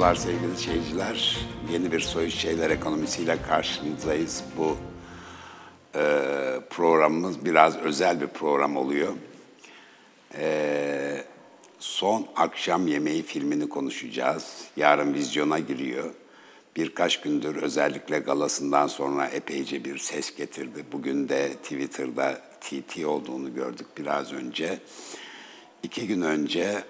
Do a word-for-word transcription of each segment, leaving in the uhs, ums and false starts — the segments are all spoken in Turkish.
Merhabalar sevgili seyirciler. Yeni bir Soyut Şeyler ekonomisiyle karşınızdayız. Bu e, programımız biraz özel bir program oluyor. E, Son Akşam Yemeği filmini konuşacağız. Yarın vizyona giriyor. Birkaç gündür özellikle galasından sonra epeyce bir ses getirdi. Bugün de Twitter'da T T olduğunu gördük biraz önce. İki gün önce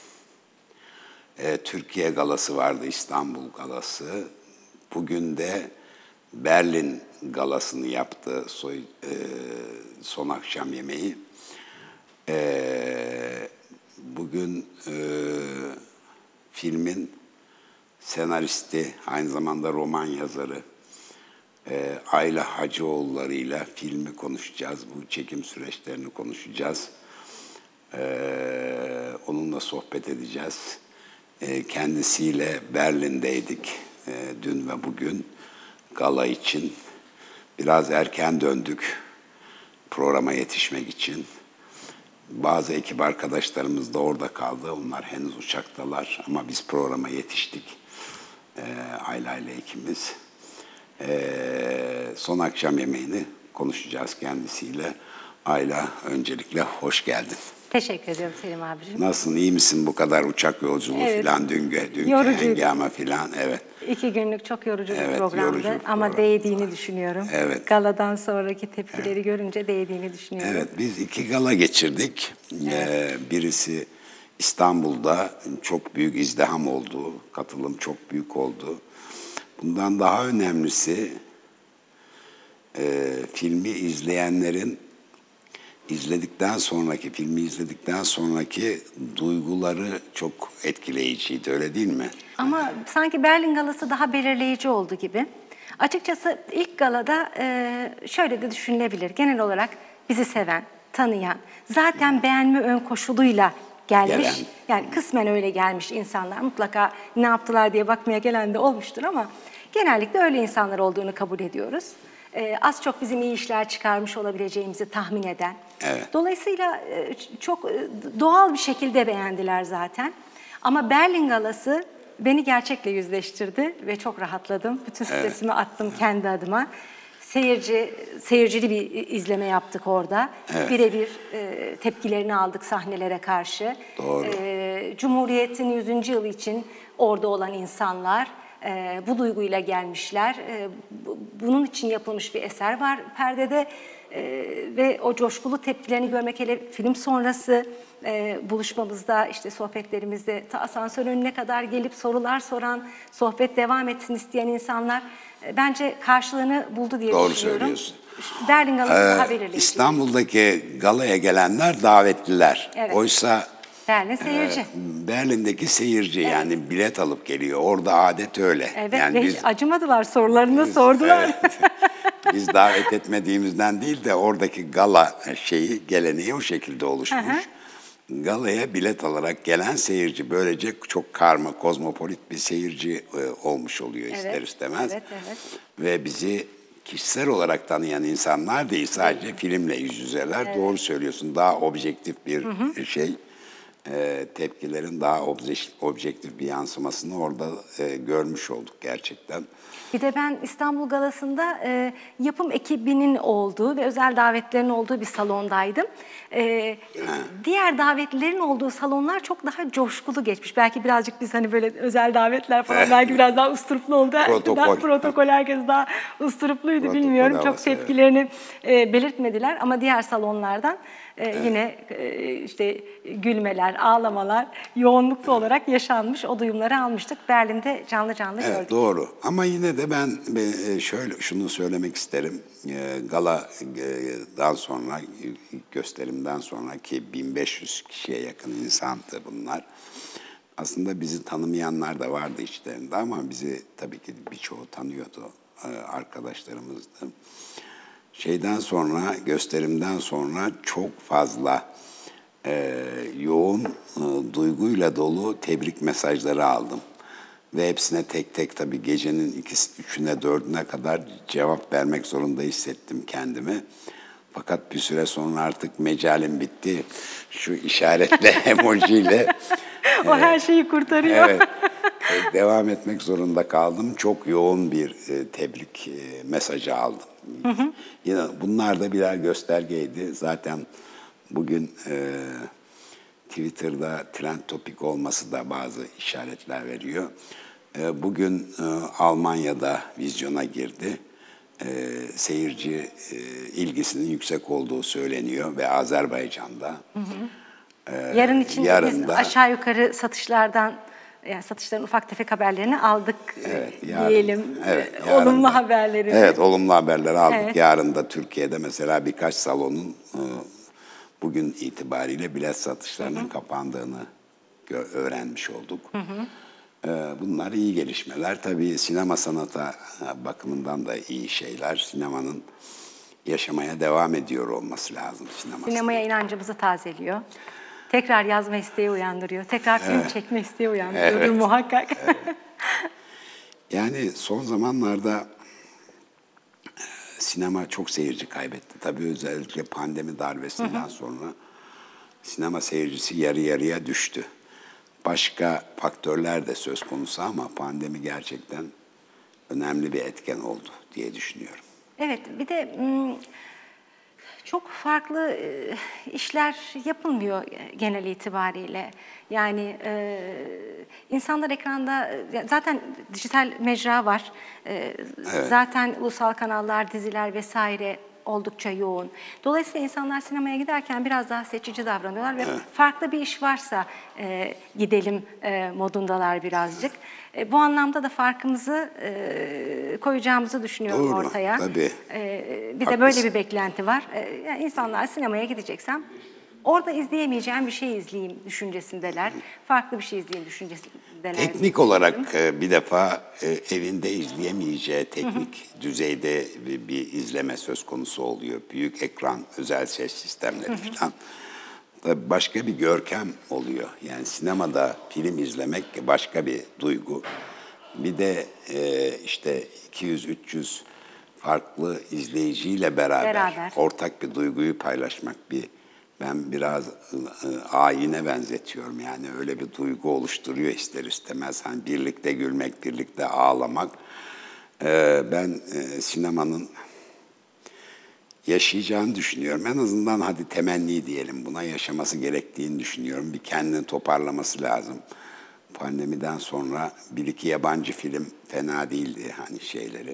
e, Türkiye galası vardı, İstanbul galası. Bugün de Berlin galasını yaptı soy, e, son akşam yemeği. E, bugün e, filmin senaristi, aynı zamanda roman yazarı e, Ayla Hacıoğulları ile filmi konuşacağız. Bu çekim süreçlerini konuşacağız. E, onunla sohbet edeceğiz. E, kendisiyle Berlin'deydik e, dün ve bugün gala için. Biraz erken döndük programa yetişmek için. Bazı ekip arkadaşlarımız da orada kaldı. Onlar henüz uçaktalar ama biz programa yetiştik. E, Ayla ile ikimiz. E, son akşam yemeğini konuşacağız kendisiyle. Ayla, öncelikle hoş geldin. Teşekkür ediyorum Selim abiciğim. Nasılsın, iyi misin? Bu kadar uçak yolculuğu evet. falan, dünkü, dünkü hengame falan, evet. İki günlük çok yorucu evet, bir programdı yorucu bir ama program. değdiğini düşünüyorum. Evet. Galadan sonraki tepkileri evet. görünce değdiğini düşünüyorum. Evet, biz iki gala geçirdik. Evet. Ee, birisi İstanbul'da çok büyük izdiham oldu, katılım çok büyük oldu. Bundan daha önemlisi e, filmi izleyenlerin İzledikten sonraki, filmi izledikten sonraki duyguları çok etkileyiciydi, öyle değil mi? Ama sanki Berlin galası daha belirleyici oldu gibi. Açıkçası ilk galada şöyle de düşünülebilir. Genel olarak bizi seven, tanıyan, zaten beğenme ön koşuluyla gelmiş. Gelen. Yani kısmen öyle gelmiş insanlar. Mutlaka ne yaptılar diye bakmaya gelen de olmuştur ama genellikle öyle insanlar olduğunu kabul ediyoruz. Ee, az çok bizim iyi işler çıkarmış olabileceğimizi tahmin eden. Evet. Dolayısıyla e, çok e, doğal bir şekilde beğendiler zaten. Ama Berlin galası beni gerçekle yüzleştirdi ve çok rahatladım. Bütün stresimi evet. attım kendi adıma. Seyirci, seyircili bir izleme yaptık orada. Evet. Birebir e, tepkilerini aldık sahnelere karşı. Doğru. E, Cumhuriyet'in yüzüncü yılı için orada olan insanlar e, bu duyguyla gelmişler. E, bu, bunun için yapılmış bir eser var perdede. E, ve o coşkulu tepkilerini görmek, hele film sonrası e, buluşmamızda, işte sohbetlerimizde ta asansör önüne kadar gelip sorular soran, sohbet devam etsin isteyen insanlar e, bence karşılığını buldu diye Doğru düşünüyorum. söylüyorsun. Berlin galası ee, daha belirleyici. İstanbul'daki galaya gelenler davetliler. Evet. Oysa Berlin seyirci. E, Berlin'deki seyirci evet. yani bilet alıp geliyor. Orada adet öyle. Evet yani ve biz, hiç acımadılar, sorularını biz, sordular. Evet. Biz davet etmediğimizden değil de oradaki gala şeyi, geleneği o şekilde oluşmuş. Hı hı. Galaya bilet alarak gelen seyirci böylece çok karma, kozmopolit bir seyirci e, olmuş oluyor evet. ister istemez. Evet, evet. Ve bizi kişisel olarak tanıyan insanlar değil, sadece evet. filmle yüz yüzeler. Evet. Doğru söylüyorsun, daha objektif bir hı hı. şey. E, tepkilerin daha objektif bir yansımasını orada e, görmüş olduk gerçekten. Bir de ben İstanbul Galası'nda e, yapım ekibinin olduğu ve özel davetlerin olduğu bir salondaydım. E, diğer davetlilerin olduğu salonlar çok daha coşkulu geçmiş. Belki birazcık biz hani böyle özel davetler falan belki biraz daha usturuplu oldu. Protokol. Daha, protokol herkes daha usturupluydu protokol bilmiyorum. Havası, çok tepkilerini evet. e, belirtmediler ama diğer salonlardan e, evet. yine e, işte gülmeler, ağlamalar yoğunluklu olarak yaşanmış. O duyumları almıştık. Berlin'de canlı canlı evet, gördük. Doğru ama yine de ben şöyle şunu söylemek isterim. Gala'dan sonra, gösterimden sonraki bin beş yüz kişiye yakın insandı bunlar. Aslında bizi tanımayanlar da vardı içlerinde ama bizi tabii ki birçoğu tanıyordu, arkadaşlarımızdı. Şeyden sonra, gösterimden sonra çok fazla e, yoğun e, duyguyla dolu tebrik mesajları aldım. Ve hepsine tek tek tabii gecenin ikisi, üçüne, dördüne kadar cevap vermek zorunda hissettim kendimi. Fakat bir süre sonra artık mecalim bitti. Şu işaretle, emojiyle. O her şeyi kurtarıyor. Evet. devam etmek zorunda kaldım. Çok yoğun bir e, tebrik e, mesajı aldım. Hı hı. Yine bunlar da birer göstergeydi. Zaten bugün e, Twitter'da trend topik olması da bazı işaretler veriyor. E, bugün e, Almanya'da vizyona girdi. E, seyirci e, ilgisinin yüksek olduğu söyleniyor ve Azerbaycan'da. Hı hı. E, Yarın için yarın biz da, aşağı yukarı satışlardan, yani satışların ufak tefek haberlerini aldık evet, yarın, diyelim. Evet, olumlu da, haberleri. Evet, olumlu haberleri aldık. Evet. Yarın da Türkiye'de mesela birkaç salonun e, bugün itibariyle bilet satışlarının hı hı. kapandığını öğrenmiş olduk. Hı hı. Bunlar iyi gelişmeler. Tabii sinema sanata bakımından da iyi şeyler. Sinemanın yaşamaya devam ediyor olması lazım. Sinema Sinemaya sanatı. inancımızı tazeliyor. Tekrar yazma isteği uyandırıyor. Tekrar film evet. çekme isteği uyandırıyor evet. muhakkak. Evet. Yani son zamanlarda sinema çok seyirci kaybetti. Tabii özellikle pandemi darbesinden hı hı. sonra sinema seyircisi yarı yarıya düştü. Başka faktörler de söz konusu ama pandemi gerçekten önemli bir etken oldu diye düşünüyorum. Evet, bir de çok farklı işler yapılmıyor genel itibariyle. Yani e, insanlar ekranda, zaten dijital mecra var. E, evet. Zaten ulusal kanallar, diziler vesaire oldukça yoğun. Dolayısıyla insanlar sinemaya giderken biraz daha seçici davranıyorlar ve evet. farklı bir iş varsa e, gidelim e, modundalar birazcık. E, bu anlamda da farkımızı e, koyacağımızı düşünüyorum Doğru, ortaya. Tabii. E, bir Haklısın. de böyle bir beklenti var. E, yani insanlar sinemaya gideceksem orada izleyemeyeceğim bir şey izleyeyim düşüncesindeler. Farklı bir şey izleyeyim düşüncesindeler. Teknik olarak bir defa evinde izleyemeyeceği teknik hı hı. düzeyde bir izleme söz konusu oluyor. Büyük ekran, özel ses sistemleri falan. Tabii başka bir görkem oluyor. Yani sinemada film izlemek başka bir duygu. Bir de işte iki yüz üç yüz farklı izleyiciyle beraber, beraber ortak bir duyguyu paylaşmak bir ben biraz ayine benzetiyorum. Yani öyle bir duygu oluşturuyor ister istemez. Hani birlikte gülmek, birlikte ağlamak. Ben sinemanın yaşayacağını düşünüyorum. En azından hadi temenni diyelim buna, yaşaması gerektiğini düşünüyorum. Bir kendini toparlaması lazım. Pandemiden sonra bir iki yabancı film fena değildi hani şeyleri,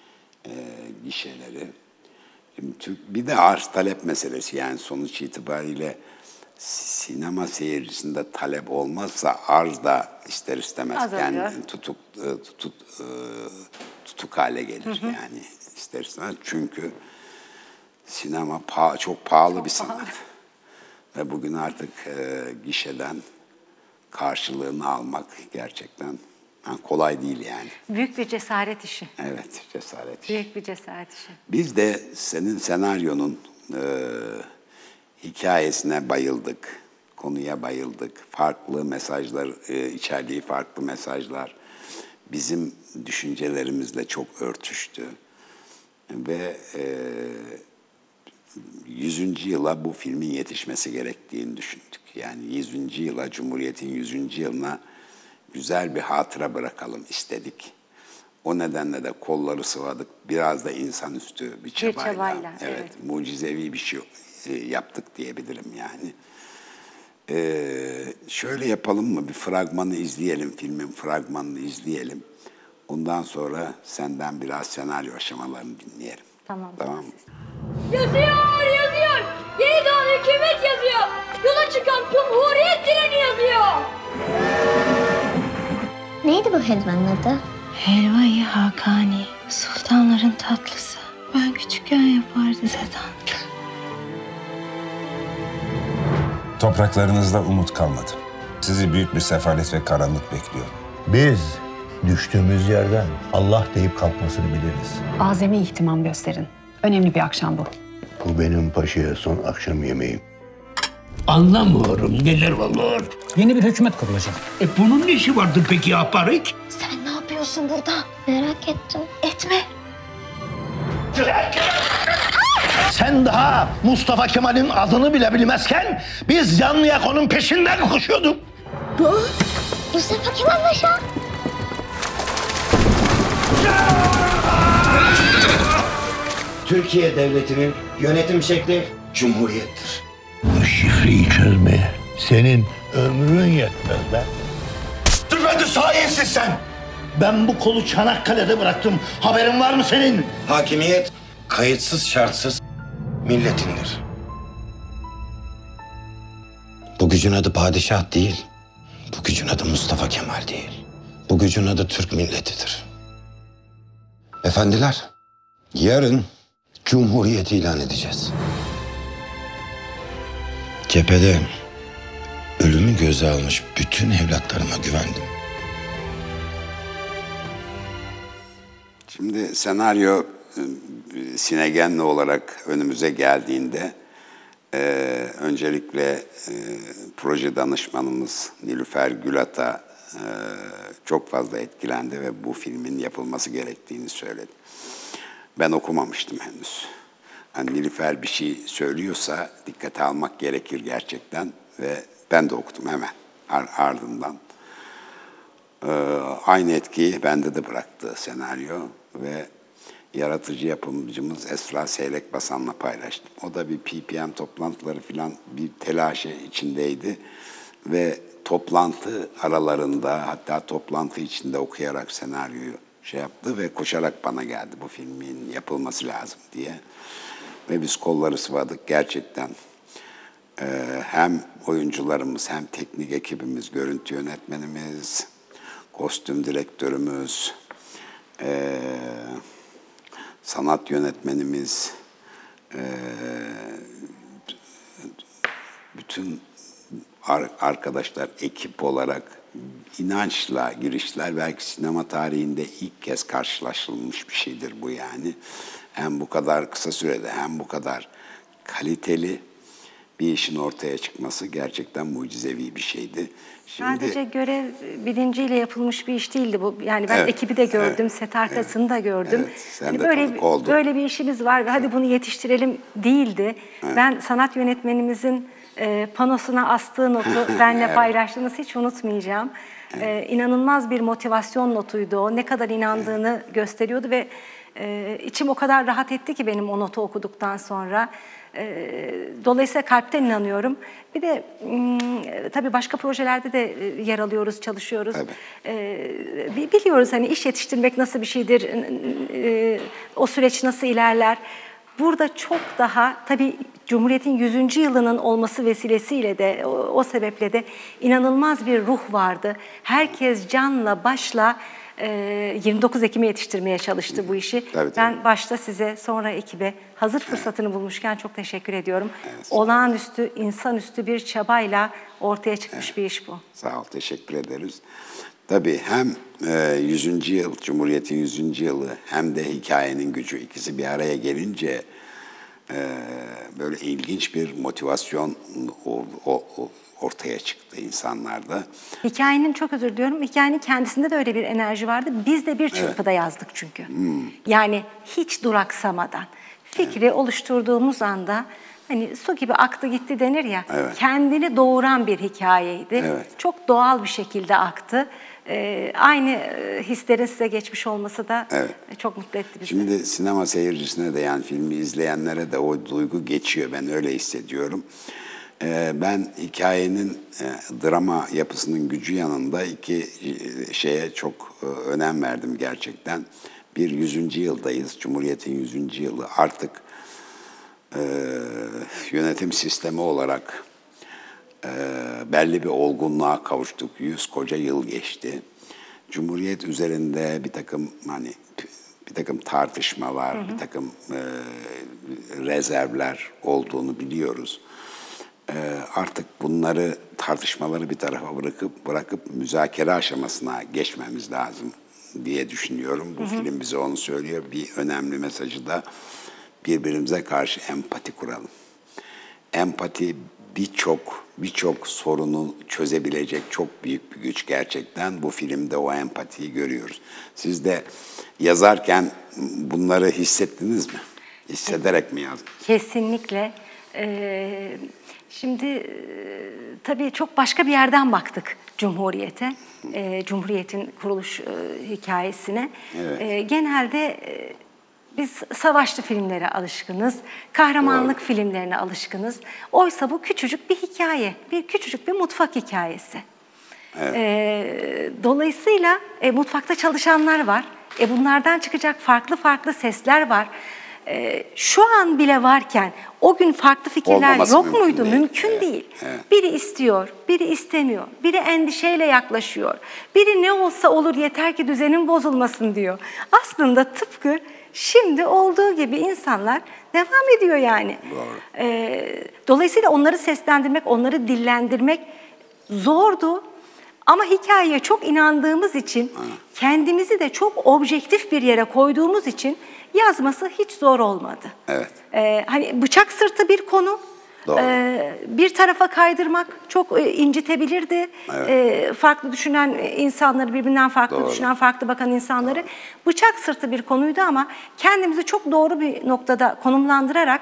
gişeleri. Bir de arz talep meselesi, yani sonuç itibariyle sinema seyircisinde talep olmazsa arz da ister istemez yani tutuk tutuk tutuk hale gelir hı hı. yani ister istemez, çünkü sinema paha, çok pahalı çok bir sanat pahalı. Ve bugün artık e, gişeden karşılığını almak gerçekten yani kolay değil yani. Büyük bir cesaret işi. Evet, cesaret işi. Büyük bir cesaret işi. Biz de senin senaryonun e, hikayesine bayıldık, konuya bayıldık. Farklı mesajlar, e, içerdiği farklı mesajlar bizim düşüncelerimizle çok örtüştü. Ve e, yüzüncü yıla bu filmin yetişmesi gerektiğini düşündük. Yani yüzüncü yıla, Cumhuriyet'in yüzüncü yılına güzel bir hatıra bırakalım istedik. O nedenle de kolları sıvadık. Biraz da insanüstü bir çabayla. Bir çabayla evet, evet. Mucizevi bir şey yaptık diyebilirim yani. Ee, şöyle yapalım mı? Bir fragmanı izleyelim, filmin fragmanını izleyelim. Ondan sonra senden biraz senaryo aşamalarını dinleyelim. Tamam. Tamam mı? Yazıyor, yazıyor. Yeni doğan hükümet yazıyor. Yola çıkan Cumhuriyet direni yazıyor. Neydi bu helvanın adı? Helva-i Hakani. Sultanların tatlısı. Ben küçükken yapardı dedem. Topraklarınızda umut kalmadı. Sizi büyük bir sefalet ve karanlık bekliyor. Biz düştüğümüz yerden Allah deyip kalkmasını biliriz. Azami ihtimam gösterin. Önemli bir akşam bu. Bu benim paşaya son akşam yemeğim. Anlamıyorum, neler olur. Yeni bir hükümet kurulacak. E bunun ne işi vardır peki Aparik? Sen ne yapıyorsun burada? Merak ettim. Etme. Sen daha Mustafa Kemal'in adını bile bilmezken biz canlı yakonun peşinden koşuyorduk. Bu? Mustafa Kemal Paşa. Türkiye Devleti'nin yönetim şekli cumhuriyettir. Bu şifreyi çözmeye senin ömrün yetmez be. Düpedüz hainsin sen! Ben bu kolu Çanakkale'de bıraktım. Haberin var mı senin? Hakimiyet kayıtsız şartsız milletindir. Bu gücün adı padişah değil. Bu gücün adı Mustafa Kemal değil. Bu gücün adı Türk milletidir. Efendiler, yarın Cumhuriyet ilan edeceğiz. Cephede ölümü göze almış bütün evlatlarıma güvendim. Şimdi senaryo e, Sinegenli olarak önümüze geldiğinde e, öncelikle e, proje danışmanımız Nilüfer Gülat'a e, çok fazla etkilendi ve bu filmin yapılması gerektiğini söyledi. Ben okumamıştım henüz. Hani Nilüfer bir şey söylüyorsa dikkate almak gerekir gerçekten ve ben de okudum hemen ardından. Ee, aynı etkiyi bende de bıraktı senaryo ve yaratıcı yapımcımız Esra Seyrek Basan'la paylaştım. O da bir P P M toplantıları falan bir telaşı içindeydi ve toplantı aralarında hatta toplantı içinde okuyarak senaryoyu şey yaptı ve koşarak bana geldi bu filmin yapılması lazım diye. Ve biz kolları sıvadık gerçekten. Ee, hem oyuncularımız hem teknik ekibimiz, görüntü yönetmenimiz, kostüm direktörümüz, e, sanat yönetmenimiz, e, bütün ar- arkadaşlar ekip olarak inançla girişler. Belki sinema tarihinde ilk kez karşılaşılmış bir şeydir bu yani. Hem bu kadar kısa sürede hem bu kadar kaliteli bir işin ortaya çıkması gerçekten mucizevi bir şeydi. Şimdi, sadece görev bilinciyle yapılmış bir iş değildi bu. Yani ben evet, ekibi de gördüm, evet, set arkasını da gördüm. Evet, sen hani de böyle tanık oldun. böyle bir işimiz var ve hadi bunu yetiştirelim değildi. Evet. Ben sanat yönetmenimizin e, panosuna astığı notu benimle Evet. paylaştığınızı hiç unutmayacağım. Evet. E, inanılmaz bir motivasyon notuydu o. Ne kadar inandığını evet. gösteriyordu ve e, içim o kadar rahat etti ki benim o notu okuduktan sonra. Dolayısıyla kalpten inanıyorum. Bir de tabii başka projelerde de yer alıyoruz, çalışıyoruz. Evet. Biliyoruz hani iş yetiştirmek nasıl bir şeydir, o süreç nasıl ilerler. Burada çok daha tabii Cumhuriyet'in yüzüncü yılının olması vesilesiyle de o, o sebeple de inanılmaz bir ruh vardı. Herkes canla başla yirmi dokuz Ekim'e yetiştirmeye çalıştı bu işi. Tabii, tabii. Ben başta size, sonra ekibe hazır fırsatını evet. bulmuşken çok teşekkür ediyorum. Evet, olağanüstü, insanüstü bir çabayla ortaya çıkmış evet. bir iş bu. Sağ ol, teşekkür ederiz. Tabii hem yüzüncü yıl, Cumhuriyet'in yüzüncü yılı hem de hikayenin gücü ikisi bir araya gelince e, böyle ilginç bir motivasyon o, o, o ortaya çıktı insanlarda. Hikayenin, çok özür diliyorum, hikayenin kendisinde de öyle bir enerji vardı. Biz de bir çırpıda evet. yazdık çünkü. Hmm. Yani hiç duraksamadan. Fikri evet. oluşturduğumuz anda hani su gibi aktı gitti denir ya, evet. kendini doğuran bir hikayeydi. Evet. Çok doğal bir şekilde aktı. Ee, aynı hislerin size geçmiş olması da evet. çok mutlu etti bizi. Şimdi sinema seyircisine de yani filmi izleyenlere de o duygu geçiyor. Ben öyle hissediyorum. Ben hikayenin drama yapısının gücü yanında iki şeye çok önem verdim gerçekten. Bir yüzüncü yıldayız, Cumhuriyet'in yüzüncü yılı. Artık e, yönetim sistemi olarak e, belli bir olgunluğa kavuştuk. Yüz koca yıl geçti. Cumhuriyet üzerinde bir takım hani bir takım tartışmalar, hı hı. bir takım e, rezervler olduğunu biliyoruz. Artık bunları, tartışmaları bir tarafa bırakıp bırakıp müzakere aşamasına geçmemiz lazım diye düşünüyorum. Bu hı hı. film bize onu söylüyor. Bir önemli mesajı da birbirimize karşı empati kuralım. Empati birçok birçok sorunu çözebilecek çok büyük bir güç gerçekten. Bu filmde o empatiyi görüyoruz. Siz de yazarken bunları hissettiniz mi? Hissederek mi yazdınız? Kesinlikle. Ee, şimdi e, tabii çok başka bir yerden baktık Cumhuriyet'e, e, Cumhuriyet'in kuruluş e, hikayesine. Evet. E, genelde e, biz savaşlı filmlere alışkınız, kahramanlık Doğru. filmlerine alışkınız. Oysa bu küçücük bir hikaye, bir küçücük bir mutfak hikayesi. Evet. E, dolayısıyla e, mutfakta çalışanlar var. E, bunlardan çıkacak farklı farklı sesler var. E, şu an bile varken o gün farklı fikirler Olmaması yok mümkün muydu? değil. Mümkün Evet, değil. evet. Biri istiyor, biri istemiyor. Biri endişeyle yaklaşıyor. Biri ne olsa olur yeter ki düzenin bozulmasın diyor. Aslında tıpkı şimdi olduğu gibi insanlar devam ediyor yani. Doğru. E, dolayısıyla onları seslendirmek, onları dillendirmek zordu. Ama hikayeye çok inandığımız için, kendimizi de çok objektif bir yere koyduğumuz için yazması hiç zor olmadı. Evet. Ee, hani bıçak sırtı bir konu, Doğru. Ee, bir tarafa kaydırmak çok e, incitebilirdi. Evet. Ee, farklı düşünen insanları, birbirinden farklı Doğru. düşünen, farklı bakan insanları. Doğru. Bıçak sırtı bir konuydu ama kendimizi çok doğru bir noktada konumlandırarak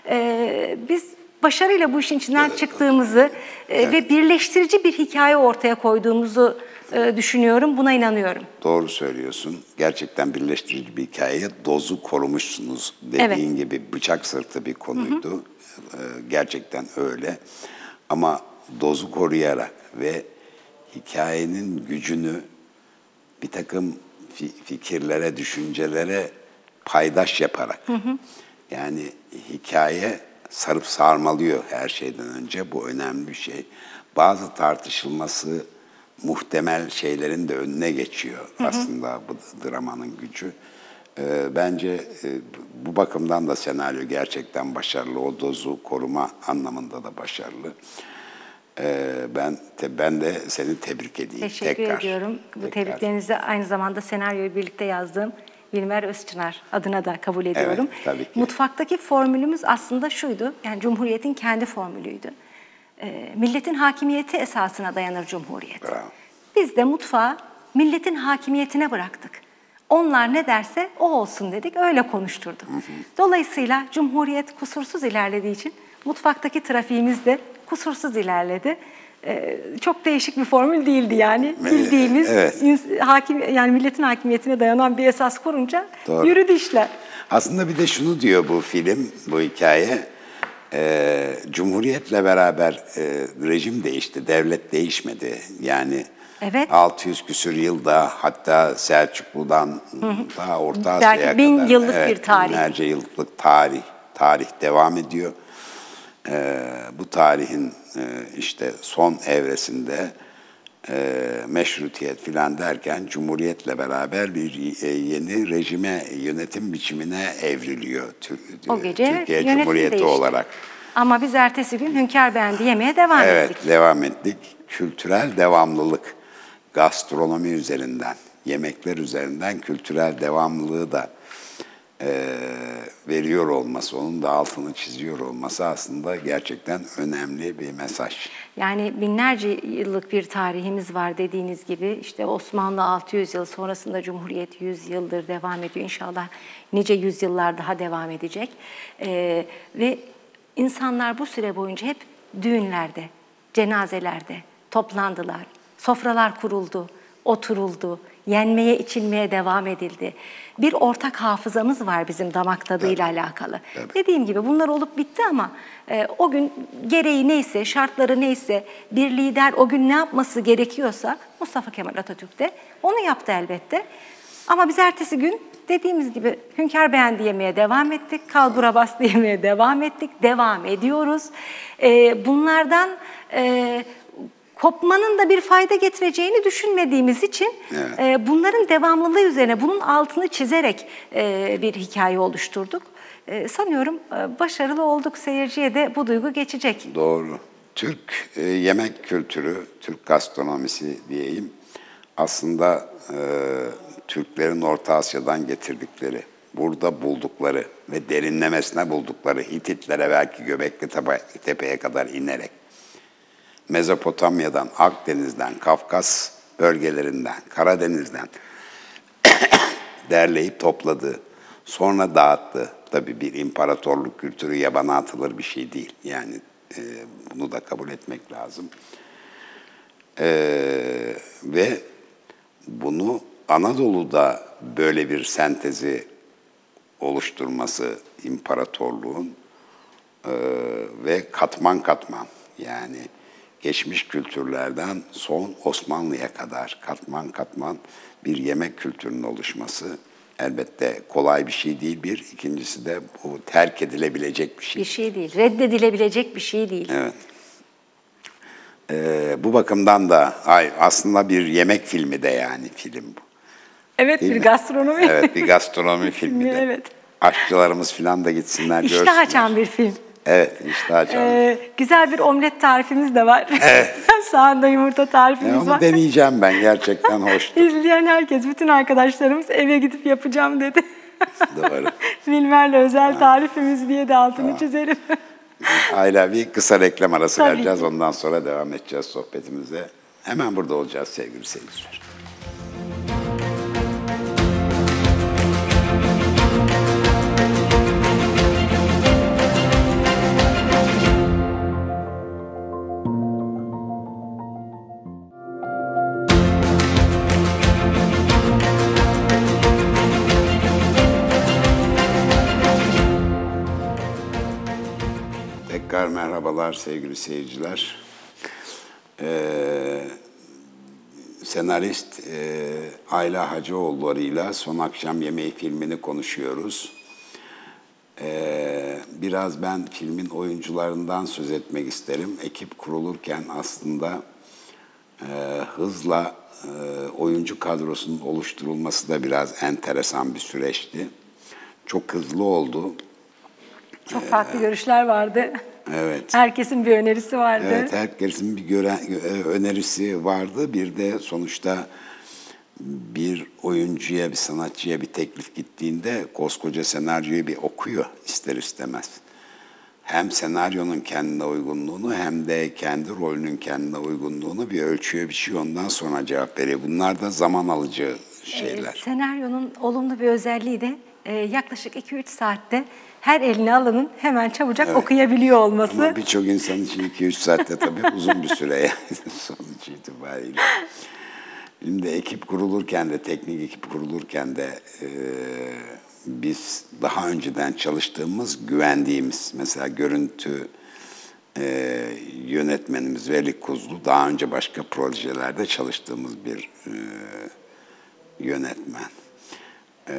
e, biz başarıyla bu işin içinden Evet. çıktığımızı e, Evet. ve birleştirici bir hikaye ortaya koyduğumuzu e, düşünüyorum. Buna inanıyorum. Doğru söylüyorsun. Gerçekten birleştirici bir hikaye. Dozu korumuşsunuz. Dediğin Evet. gibi bıçak sırtı bir konuydu. Hı hı. Ee, gerçekten öyle. Ama dozu koruyarak ve hikayenin gücünü bir takım fi- fikirlere, düşüncelere paydaş yaparak. Hı hı. Yani hikaye sarıp sarmalıyor her şeyden önce. Bu önemli bir şey. Bazı tartışılması muhtemel şeylerin de önüne geçiyor hı hı. aslında bu dramanın gücü. Ee, bence e, bu bakımdan da senaryo gerçekten başarılı. O dozu koruma anlamında da başarılı. Ee, ben te, ben de seni tebrik edeyim. Teşekkür tekrar, ediyorum. Bu tekrar. tebriklerinizi aynı zamanda senaryoyu birlikte yazdığım Wilmer Özçınar adına da kabul ediyorum. Evet, tabii ki. Mutfaktaki formülümüz aslında şuydu, yani Cumhuriyet'in kendi formülüydü. E, milletin hakimiyeti esasına dayanır Cumhuriyet. Bravo. Biz de mutfağı milletin hakimiyetine bıraktık. Onlar ne derse o olsun dedik, öyle konuşturduk. Hı hı. Dolayısıyla Cumhuriyet kusursuz ilerlediği için mutfaktaki trafiğimiz de kusursuz ilerledi. Ee, çok değişik bir formül değildi yani. Bildiğimiz evet. ins- hakim yani milletin hakimiyetine dayanan bir esas kurunca Doğru. yürüdü işler. Aslında bir de şunu diyor bu film, bu hikaye. E, Cumhuriyetle beraber e, rejim değişti, devlet değişmedi. Yani Evet. altı yüz küsür yılda, hatta Selçuklu'dan hı hı. daha Orta Asya'ya Belki kadar. bin yıllık evet, bir tarih. Binlerce yıllık tarih, tarih devam ediyor. E, bu tarihin e, işte son evresinde e, meşrutiyet filan derken Cumhuriyetle beraber bir e, yeni rejime, yönetim biçimine evriliyor Tür- O gece Türkiye yönetim Cumhuriyeti değişti. olarak. Ama biz ertesi gün Hünkar Beğendi yemeye devam Evet, ettik. devam ettik. Kültürel devamlılık, gastronomi üzerinden, yemekler üzerinden kültürel devamlılığı da e, veriyor olması, onun da altını çiziyor olması aslında gerçekten önemli bir mesaj. Yani binlerce yıllık bir tarihimiz var dediğiniz gibi. İşte Osmanlı altı yüz yıl, sonrasında Cumhuriyet yüz yıldır devam ediyor. İnşallah nice yüzyıllar daha devam edecek. Ee, ve insanlar bu süre boyunca hep düğünlerde, cenazelerde toplandılar. Sofralar kuruldu, oturuldu, yenmeye, içilmeye devam edildi. Bir ortak hafızamız var bizim damak tadıyla Tabii. alakalı. Tabii. Dediğim gibi bunlar olup bitti ama e, o gün gereği neyse, şartları neyse, bir lider o gün ne yapması gerekiyorsa Mustafa Kemal Atatürk de onu yaptı elbette. Ama biz ertesi gün dediğimiz gibi Hünkar Beğendi yemeye devam ettik, kalbura bastı yemeye devam ettik, devam ediyoruz. E, bunlardan e, kopmanın da bir fayda getireceğini düşünmediğimiz için Evet. e, bunların devamlılığı üzerine bunun altını çizerek e, bir hikaye oluşturduk. E, sanıyorum e, başarılı olduk. Seyirciye de bu duygu geçecek. Doğru. Türk e, yemek kültürü, Türk gastronomisi diyeyim, aslında e, Türklerin Orta Asya'dan getirdikleri, burada buldukları ve derinlemesine buldukları Hititlere belki Göbekli Tepe- Tepe'ye kadar inerek, Mezopotamya'dan, Akdeniz'den, Kafkas bölgelerinden, Karadeniz'den derleyip topladığı, sonra dağıttığı, Tabii bir imparatorluk kültürü yabana atılır bir şey değil. Yani e, bunu da kabul etmek lazım. E, ve bunu Anadolu'da böyle bir sentezi oluşturması imparatorluğun e, ve katman katman, yani geçmiş kültürlerden son Osmanlı'ya kadar katman katman bir yemek kültürünün oluşması elbette kolay bir şey değil bir. İkincisi de bu terk edilebilecek bir şey. Bir şey değil. Reddedilebilecek bir şey değil. Evet. Ee, bu bakımdan da ay, aslında bir yemek filmi de yani film bu. Evet, Değil bir mi? gastronomi. Evet, bir gastronomi filmi de. Evet. Aşçılarımız falan da gitsinler, İştah görsünler. açan bir film. Evet, iştah açan. Ee, güzel bir omlet tarifimiz de var. Evet. Sağında yumurta E, tarifimiz onu var. deneyeceğim ben, gerçekten hoştu. İzleyen herkes, bütün arkadaşlarımız eve gidip yapacağım dedi. Doğru. Filmlerle özel tarifimiz diye de altını çizelim. Ayla bir kısa reklam arası Tabii vereceğiz. ki. Ondan sonra devam edeceğiz sohbetimize. Hemen burada olacağız sevgili seyirciler. Tekrar merhabalar sevgili seyirciler. Ee, senarist e, Ayla Hacıoğulları'yla Son Akşam Yemeği filmini konuşuyoruz. Ee, biraz ben filmin oyuncularından söz etmek isterim. Ekip kurulurken aslında e, hızla e, oyuncu kadrosunun oluşturulması da biraz enteresan bir süreçti. Çok hızlı oldu. Çok farklı görüşler vardı. Evet. Herkesin bir önerisi vardı. Evet, herkesin bir gören, önerisi vardı. Bir de sonuçta bir oyuncuya, bir sanatçıya bir teklif gittiğinde koskoca senaryoyu bir okuyor ister istemez. Hem senaryonun kendine uygunluğunu hem de kendi rolünün kendine uygunluğunu bir ölçüyor, bir şey ondan sonra cevap veriyor. Bunlar da zaman alıcı şeyler. E, senaryonun olumlu bir özelliği de e, yaklaşık iki üç saatte her eline alanın hemen çabucak Evet. okuyabiliyor olması. Ama birçok insan için iki üç saatte tabii uzun bir süre yani sonuç itibariyle. Şimdi ekip kurulurken de, teknik ekip kurulurken de e, biz daha önceden çalıştığımız, güvendiğimiz, mesela görüntü e, yönetmenimiz Veli Kuzlu, daha önce başka projelerde çalıştığımız bir e, yönetmen. E,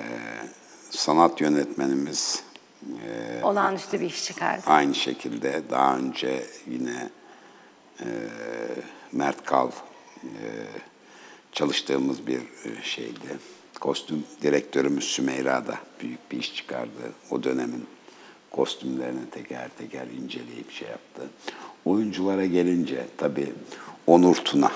sanat yönetmenimiz e, Olağanüstü bir iş çıkardı. aynı şekilde daha önce yine e, Mert Kal e, çalıştığımız bir e, şeydi. Kostüm direktörümüz Sümeyra da büyük bir iş çıkardı. O dönemin kostümlerini teker teker inceleyip şey yaptı. Oyunculara gelince tabii Onur Tuna,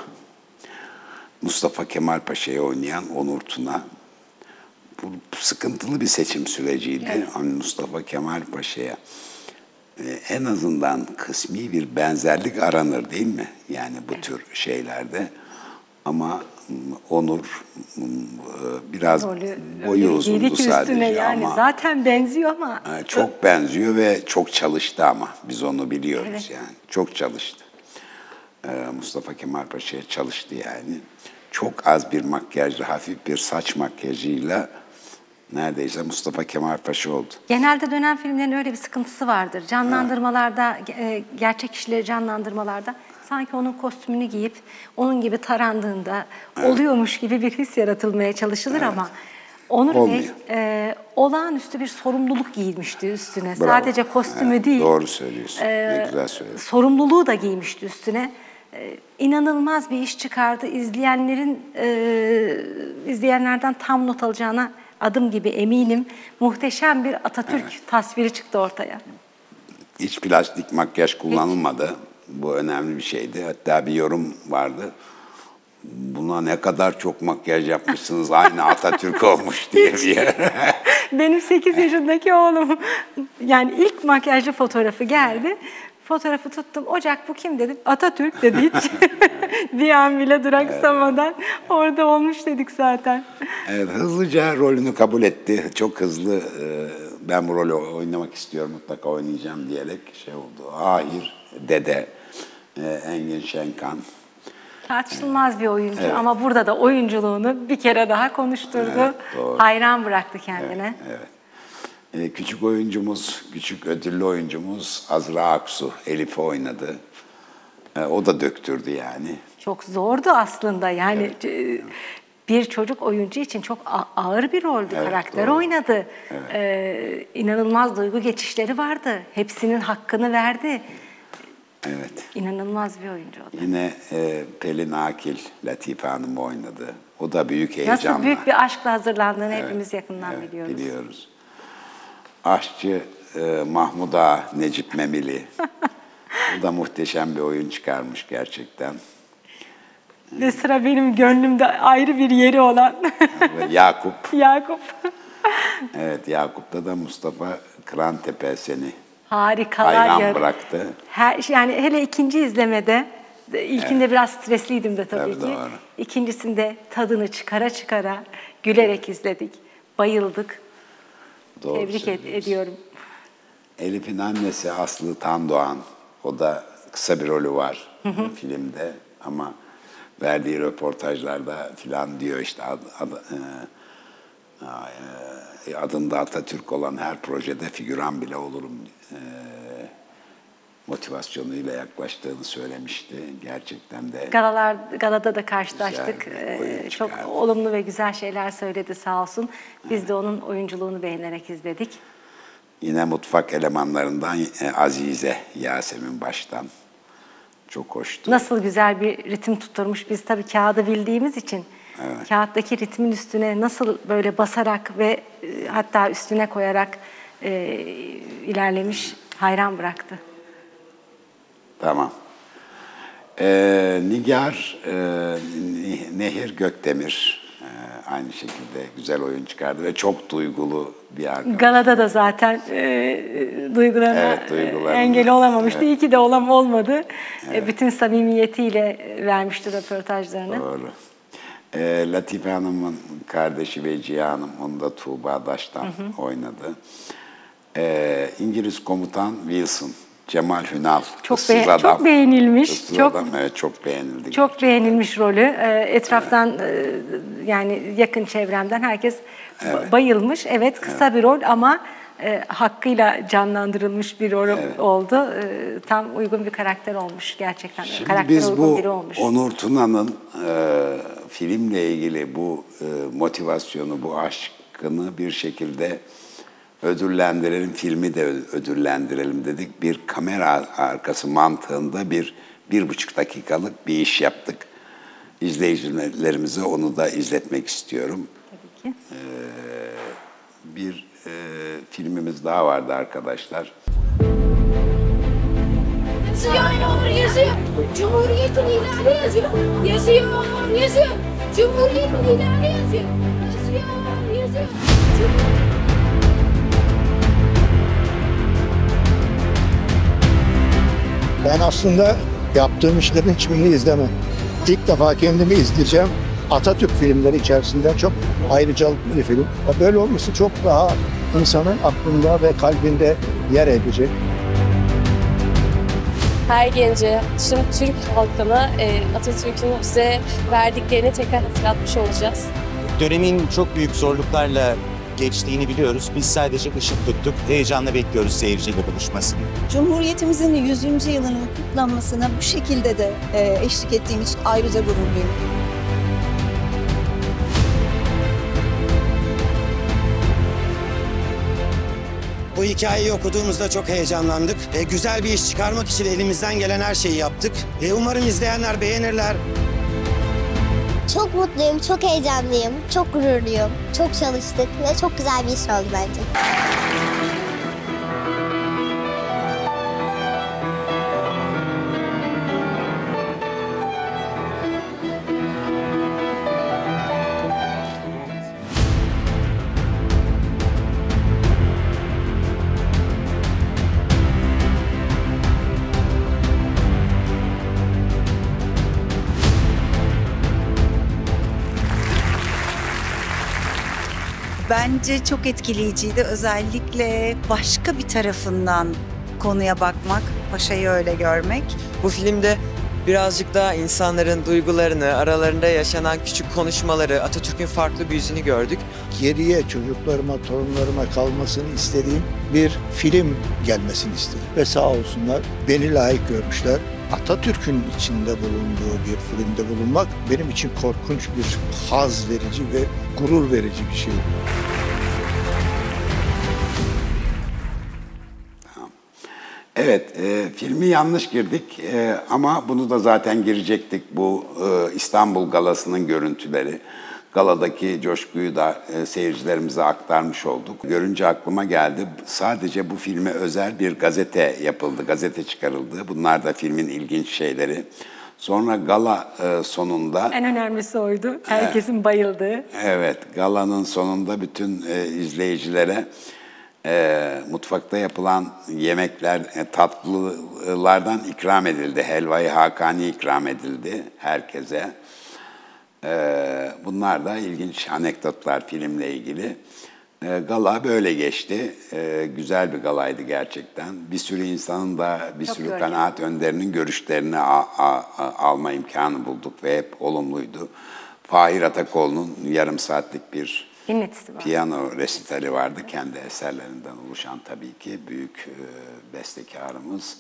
Mustafa Kemal Paşa'yı oynayan Onur Tuna, bu sıkıntılı bir seçim süreciydi. Evet. Hani Mustafa Kemal Paşa'ya e, en azından kısmi bir benzerlik aranır değil mi? Yani bu tür şeylerde. Ama Onur e, biraz Rolü, boyu uzundu sadece yani ama zaten benziyor ama e, çok benziyor ve çok çalıştı ama biz onu biliyoruz evet. Yani. Çok çalıştı. E, Mustafa Kemal Paşa'ya çalıştı yani. Çok az bir makyajla, hafif bir saç makyajıyla neredeyse Mustafa Kemal Paşa oldu. Genelde dönem filmlerin öyle bir sıkıntısı vardır. Canlandırmalarda, e, gerçek kişileri canlandırmalarda sanki onun kostümünü giyip onun gibi tarandığında evet. oluyormuş gibi bir his yaratılmaya çalışılır evet. ama Onur Olmuyor. Bey e, olağanüstü bir sorumluluk giymişti üstüne. Bravo. Sadece kostümü evet, değil. Doğru söylüyorsun. E, ne güzel söylüyorsun. Sorumluluğu da giymişti üstüne. E, inanılmaz bir iş çıkardı. İzleyenlerin e, izleyenlerden tam not alacağına adım gibi eminim. Muhteşem bir Atatürk evet. tasviri çıktı ortaya. Hiç plastik makyaj kullanılmadı. Hiç. Bu önemli bir şeydi. Hatta bir yorum vardı. Buna ne kadar çok makyaj yapmışsınız, aynı Atatürk olmuş diye bir yer. Benim sekiz yaşındaki oğlum, yani ilk makyajlı fotoğrafı geldi. Fotoğrafı tuttum. Ocak bu kim dedim. Atatürk dedi hiç. Bir an bile duraksamadan evet. orada olmuş dedik zaten. Evet, hızlıca rolünü kabul etti. Çok hızlı e, ben bu rolü oynamak istiyorum, mutlaka oynayacağım diyerek şey oldu. Ahir, Dede, e, Engin Şenkan. Tartışılmaz bir oyuncu Evet. ama burada da oyunculuğunu bir kere daha konuşturdu. Evet, doğru. Hayran bıraktı kendine. Evet, evet. E, küçük oyuncumuz, küçük ödüllü oyuncumuz Azra Aksu, Elif'i oynadı. E, o da döktürdü yani. Çok zordu aslında yani e, bir çocuk oyuncu için çok a- ağır bir roldü, Evet, karakter doğru. oynadı. E, inanılmaz duygu geçişleri vardı, hepsinin hakkını verdi. Evet. İnanılmaz bir oyuncu o da. Yine e, Pelin Akil, Latife Hanım oynadı. O da büyük heyecanla. Nasıl büyük bir aşkla hazırlandığını Evet, hepimiz yakından evet, biliyoruz. biliyoruz. Aşçı e, Mahmud Ağa, Necip Memili. O da muhteşem bir oyun çıkarmış gerçekten. Ve sıra benim gönlümde ayrı bir yeri olan Ve Yakup. Yakup. Evet, Yakup'ta da Mustafa Kırantepe seni Harikalar hayran ya. bıraktı. Her, yani hele ikinci izlemede, ilkinde biraz stresliydim de tabii, Tabii, ki. doğru. İkincisinde tadını çıkara çıkara gülerek izledik. Bayıldık. Doğru Tebrik et, söylüyorsun. ediyorum. Elif'in annesi Aslı Tandoğan. O da kısa bir rolü var filmde ama verdiği röportajlarda filan diyor işte ad, ad, e, e, adında Atatürk olan her projede figüran bile olurum e, motivasyonuyla yaklaştığını söylemişti. Gerçekten de Galalar, galada da karşılaştık. Güzel bir oyun Ee, Çok çıkardı. olumlu ve güzel şeyler söyledi sağ olsun. Biz de onun oyunculuğunu beğenerek izledik. yine mutfak elemanlarından e, Azize Yasemin Baş'tan çok hoştu. Nasıl güzel bir ritim tutturmuş. Biz tabii kağıdı bildiğimiz için kağıttaki ritmin üstüne nasıl böyle basarak ve e, hatta üstüne koyarak e, ilerlemiş, hayran bıraktı. Tamam. Ee, Nigar e, Nehir Gökdemir e, aynı şekilde güzel oyun çıkardı ve çok duygulu bir arkadaş. Galada da zaten e, duygularına Evet, duygularına. engel olamamıştı. Evet. İyi ki de olam olmadı. E, bütün samimiyetiyle vermişti röportajlarını. Doğru. Ee, Latife Hanım'ın kardeşi Vecihe Hanım, onu da Tuğba Daş'tan oynadı. Ee, İngiliz komutan Wilson, Cemal Hünal. Çok, ıssız be- adam. çok beğenilmiş. Issız Çok adam, evet, çok beğenildi. Çok beğenilmiş rolü. Ee, etraftan e, yani yakın çevremden herkes ba- bayılmış. Evet, kısa bir rol ama e, hakkıyla canlandırılmış bir rol oldu. E, tam uygun bir karakter olmuş gerçekten. Şimdi Karakter biz uygun bu biri olmuş. Onur Tuna'nın e, filmle ilgili bu e, motivasyonu, bu aşkını bir şekilde ödüllendirelim, filmi de ö- ödüllendirelim dedik. Bir kamera arkası mantığında bir bir buçuk dakikalık bir iş yaptık. İzleyicilerimize onu da izletmek istiyorum. Tabii ki. Bir e, filmimiz daha vardı arkadaşlar. Yazıyor, yazıyor. Cumhuriyetin ilanı yazıyor. Yazıyor, yazıyor. Cumhuriyetin ilanı yazıyor. Yazıyor, yazıyor. Cumhur- Ben aslında yaptığım işlerin hiçbirini izlemem. İlk defa kendimi izleyeceğim. Atatürk filmleri içerisinde çok ayrıcalıklı bir film. Böyle olması çok daha insanın aklında ve kalbinde yer edecek. Her gence, tüm Türk halkına e, Atatürk'ün bize verdiklerini tekrar hatırlatmış olacağız. Dönemin çok büyük zorluklarla geçtiğini biliyoruz. Biz sadece ışık tuttuk. Heyecanla bekliyoruz seyirciyle buluşmasını. Cumhuriyetimizin yüzüncü yılının kutlanmasına bu şekilde de e, eşlik ettiğim için ayrıca gururluyum. Bu hikayeyi okuduğumuzda çok heyecanlandık. E, güzel bir iş çıkarmak için elimizden gelen her şeyi yaptık. E, umarım izleyenler beğenirler. Çok mutluyum, çok heyecanlıyım, çok gururluyum. Çok çalıştık ve çok güzel bir iş oldu bence. Ben Bence çok etkileyiciydi. Özellikle başka bir tarafından konuya bakmak, paşayı öyle görmek. Bu filmde birazcık daha insanların duygularını, aralarında yaşanan küçük konuşmaları, Atatürk'ün farklı bir yüzünü gördük. Geriye çocuklarıma, torunlarıma kalmasını istediğim bir film gelmesini istedim. Ve sağ olsunlar beni layık görmüşler. Atatürk'ün içinde bulunduğu bir filmde bulunmak benim için korkunç bir haz verici ve gurur verici bir şey. Evet, e, filmi yanlış girdik e, ama bunu da zaten girecektik. Bu e, İstanbul Galası'nın görüntüleri. Galadaki coşkuyu da e, seyircilerimize aktarmış olduk. Görünce aklıma geldi, sadece bu filme özel bir gazete yapıldı, gazete çıkarıldı. Bunlar da filmin ilginç şeyleri. Sonra gala e, sonunda... En önemlisi oydu, herkesin e, bayıldığı. Evet, galanın sonunda bütün e, izleyicilere... E, mutfakta yapılan yemekler, e, tatlılardan ikram edildi. Helva-i Hakani ikram edildi herkese. E, bunlar da ilginç anekdotlar filmle ilgili. E, gala böyle geçti. E, güzel bir galaydı gerçekten. Bir sürü insanın da, bir Çok sürü görkem. kanaat önderinin görüşlerini a, a, a, alma imkanı bulduk ve hep olumluydu. Fahir Atakoğlu'nun yarım saatlik bir Dinletisi var. piyano resitali vardı. Kendi eserlerinden oluşan tabii ki büyük e, bestekarımız.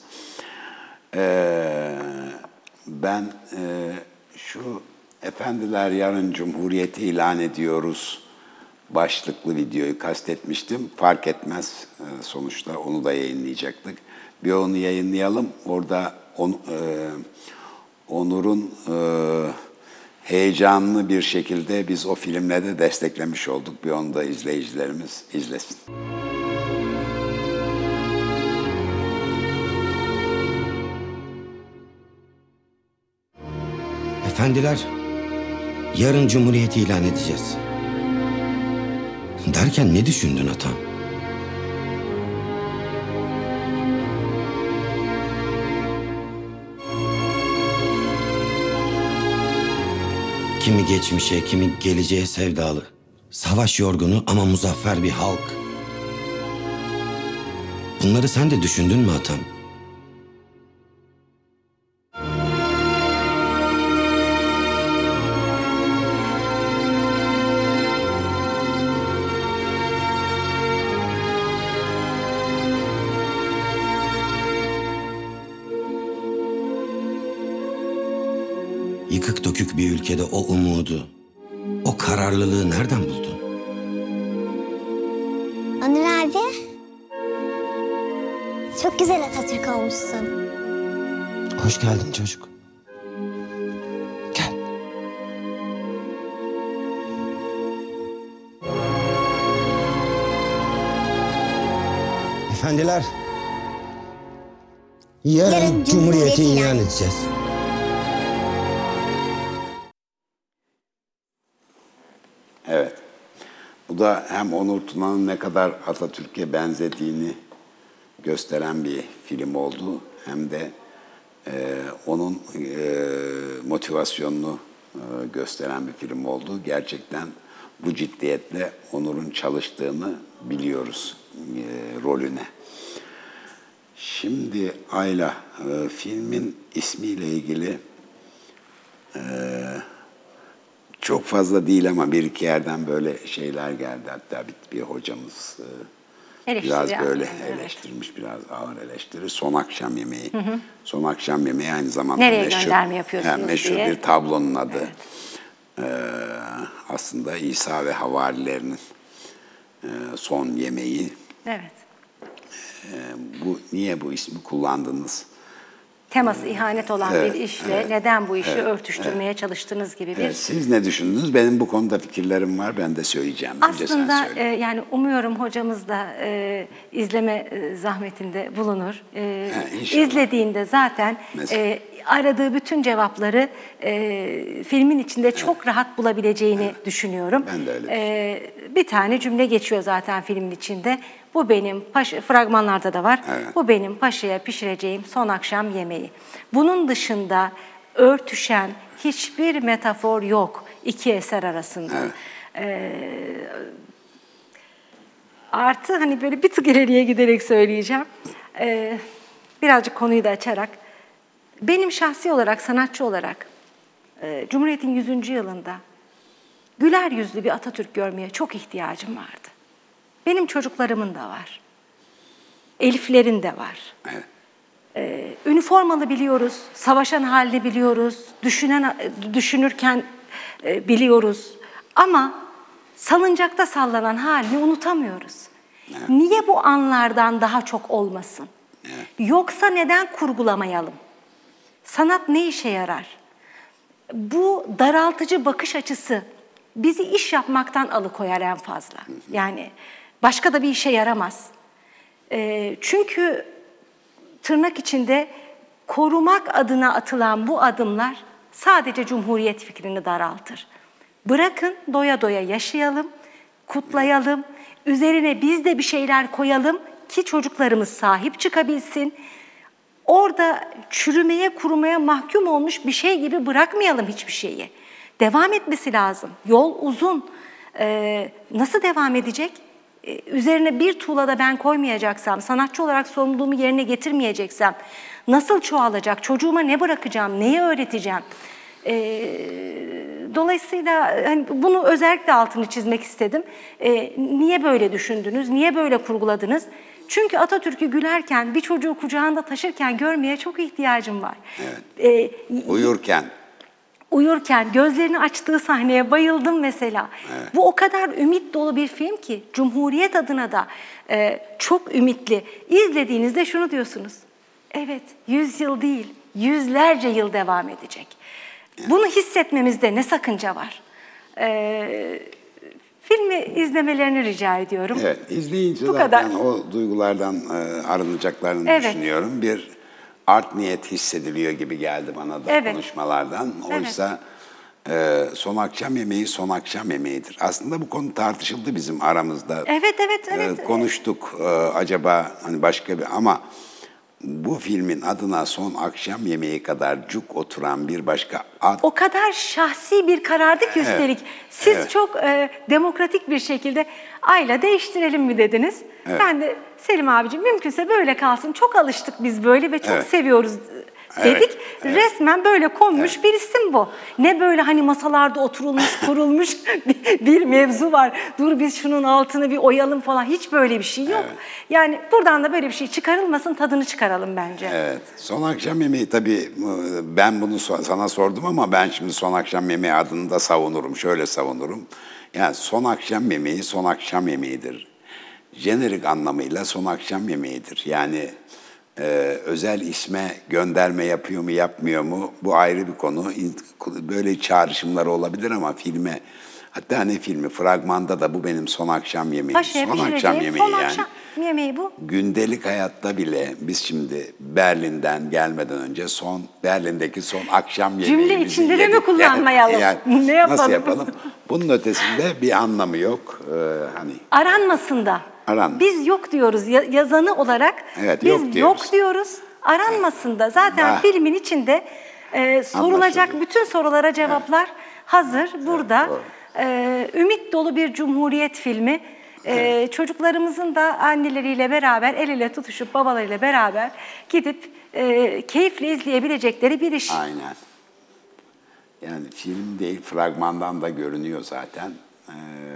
E, ben e, şu Efendiler Yarın Cumhuriyeti ilan ediyoruz başlıklı videoyu kastetmiştim. Fark etmez e, sonuçta onu da yayınlayacaktık. Bir onu yayınlayalım. Orada on, e, Onur'un e, heyecanlı bir şekilde biz o filmle de desteklemiş olduk. Bir onu da izleyicilerimiz izlesin. Efendiler, yarın Cumhuriyeti ilan edeceğiz. Derken ne düşündün atam? Kimi geçmişe, kimi geleceğe sevdalı. Savaş yorgunu ama muzaffer bir halk. Bunları sen de düşündün mü atam? Yıkık dökük bir ülkede o umudu, o kararlılığı nereden buldun? Onur abi, çok güzel Atatürk olmuşsun. Hoş geldin çocuk. Gel. Efendiler, yarın, yarın Cumhuriyeti ilan edeceğiz. Evet. Bu da hem Onur Tuna'nın ne kadar Atatürk'e benzediğini gösteren bir film oldu. Hem de e, onun e, motivasyonunu e, gösteren bir film oldu. Gerçekten bu ciddiyetle Onur'un çalıştığını biliyoruz e, rolüne. Şimdi Ayla, e, filmin ismiyle ilgili e, çok fazla değil ama bir iki yerden böyle şeyler geldi. Hatta bir, bir hocamız e, biraz böyle yani, eleştirmiş, evet. Biraz ağır eleştiri. Son akşam yemeği. Hı hı. Son akşam yemeği aynı zamanda nereye meşhur, gönderme yapıyorsunuz yani meşhur diye. bir tablonun adı. Evet. Ee, aslında İsa ve havarilerinin e, son yemeği. Evet. E, bu niye bu ismi kullandınız? Teması ihanet olan evet, bir işle evet, neden bu işi evet, örtüştürmeye evet. çalıştığınız gibi bir... Evet, siz ne düşündünüz? Benim bu konuda fikirlerim var, ben de söyleyeceğim. Aslında e, yani umuyorum hocamız da e, izleme e, zahmetinde bulunur. E, ha, izlediğinde zaten e, aradığı bütün cevapları e, filmin içinde evet. çok rahat bulabileceğini evet. düşünüyorum. Ben de öyle e, Bir tane cümle geçiyor zaten filmin içinde. Bu benim, paşa, fragmanlarda da var, evet. bu benim paşaya pişireceğim son akşam yemeği. Bunun dışında örtüşen hiçbir metafor yok iki eser arasında. Evet. Ee, Artı hani böyle bir tık ileriye giderek söyleyeceğim. Ee, birazcık konuyu da açarak. Benim şahsi olarak, sanatçı olarak e, Cumhuriyet'in yüzüncü yılında güler yüzlü bir Atatürk görmeye çok ihtiyacım vardı. Benim çocuklarımın da var. Eliflerin de var. Evet. Ee, üniformalı biliyoruz, savaşan halini biliyoruz, düşünen düşünürken e, biliyoruz. Ama salıncakta sallanan halini unutamıyoruz. Evet. Niye bu anlardan daha çok olmasın? Evet. Yoksa neden kurgulamayalım? Sanat ne işe yarar? Bu daraltıcı bakış açısı bizi iş yapmaktan alıkoyar en fazla. Yani başka da bir işe yaramaz. E, çünkü tırnak içinde korumak adına atılan bu adımlar sadece Cumhuriyet fikrini daraltır. Bırakın doya doya yaşayalım, kutlayalım, üzerine biz de bir şeyler koyalım ki çocuklarımız sahip çıkabilsin. Orada çürümeye, kurumaya mahkum olmuş bir şey gibi bırakmayalım hiçbir şeyi. Devam etmesi lazım. Yol uzun. Ee, nasıl devam edecek? Ee, üzerine bir tuğla da ben koymayacaksam, sanatçı olarak sorumluluğumu yerine getirmeyeceksem nasıl çoğalacak? Çocuğuma ne bırakacağım? Neyi öğreteceğim? Ee, dolayısıyla hani bunu özellikle altını çizmek istedim. Ee, niye böyle düşündünüz? Niye böyle kurguladınız? Çünkü Atatürk'ü gülerken, bir çocuğu kucağında taşırken görmeye çok ihtiyacım var. Evet. Ee, Uyurken. Uyurken gözlerini açtığı sahneye bayıldım mesela. Evet. Bu o kadar ümit dolu bir film ki Cumhuriyet adına da e, çok ümitli. İzlediğinizde şunu diyorsunuz. Evet, yüz yıl değil, yüzlerce yıl devam edecek. Evet. Bunu hissetmemizde ne sakınca var? Ee, filmi izlemelerini rica ediyorum. Evet, izleyince Bu zaten kadar. o duygulardan e, arınacaklarını Evet. düşünüyorum. Bir art niyet hissediliyor gibi geldi bana da Evet. konuşmalardan. Oysa e, son akşam yemeği son akşam yemeğidir. Aslında bu konu tartışıldı bizim aramızda. Evet, evet, evet. E, konuştuk e, acaba hani başka bir ama bu filmin adına son akşam yemeği kadar cuk oturan bir başka ad. O kadar şahsi bir karardı ki üstelik. Evet. Siz Evet. çok e, demokratik bir şekilde Ayla değiştirelim mi dediniz. Evet. Ben de Selim abicim mümkünse böyle kalsın. Çok alıştık biz böyle ve çok Evet. seviyoruz dedik. Evet. Evet. Resmen böyle konmuş Evet. bir isim bu. Ne böyle hani masalarda oturulmuş, kurulmuş bir, bir mevzu var. Dur biz şunun altını bir oyalım falan. Hiç böyle bir şey yok. Evet. Yani buradan da böyle bir şey çıkarılmasın, tadını çıkaralım bence. Evet. Son akşam yemeği tabii ben bunu sana sordum ama ben şimdi son akşam yemeği adını da savunurum. Şöyle savunurum. Yani son akşam yemeği son akşam yemeğidir. Jenerik anlamıyla son akşam yemeğidir. Yani e, özel isme gönderme yapıyor mu yapmıyor mu bu ayrı bir konu. Böyle çağrışımları olabilir ama filme hatta ne filmi fragmanda da bu benim son akşam yemeğim. Paşa'ya Son akşam pişireceğim yemeği son yani. akşam yemeği bu. Gündelik hayatta bile biz şimdi Berlin'den gelmeden önce son Berlin'deki son akşam yemeğimizi Cümle içinde de mi yedik. kullanmayalım? Yani, Ne yapalım? Nasıl yapalım? Bunun ötesinde bir anlamı yok. Ee, hani Aranmasın da. Aranmasın. Biz yok diyoruz ya- yazanı olarak. Evet, biz yok yok diyoruz. diyoruz. Aranmasın da. Zaten Ah. filmin içinde e, sorulacak Anlaşıldı. bütün sorulara cevaplar hazır burada. doğru. E, ümit dolu bir Cumhuriyet filmi. E, çocuklarımızın da anneleriyle beraber el ele tutuşup babalarıyla beraber gidip e, keyifle izleyebilecekleri bir iş. Aynen. Yani film değil, fragmandan da görünüyor zaten. Ee,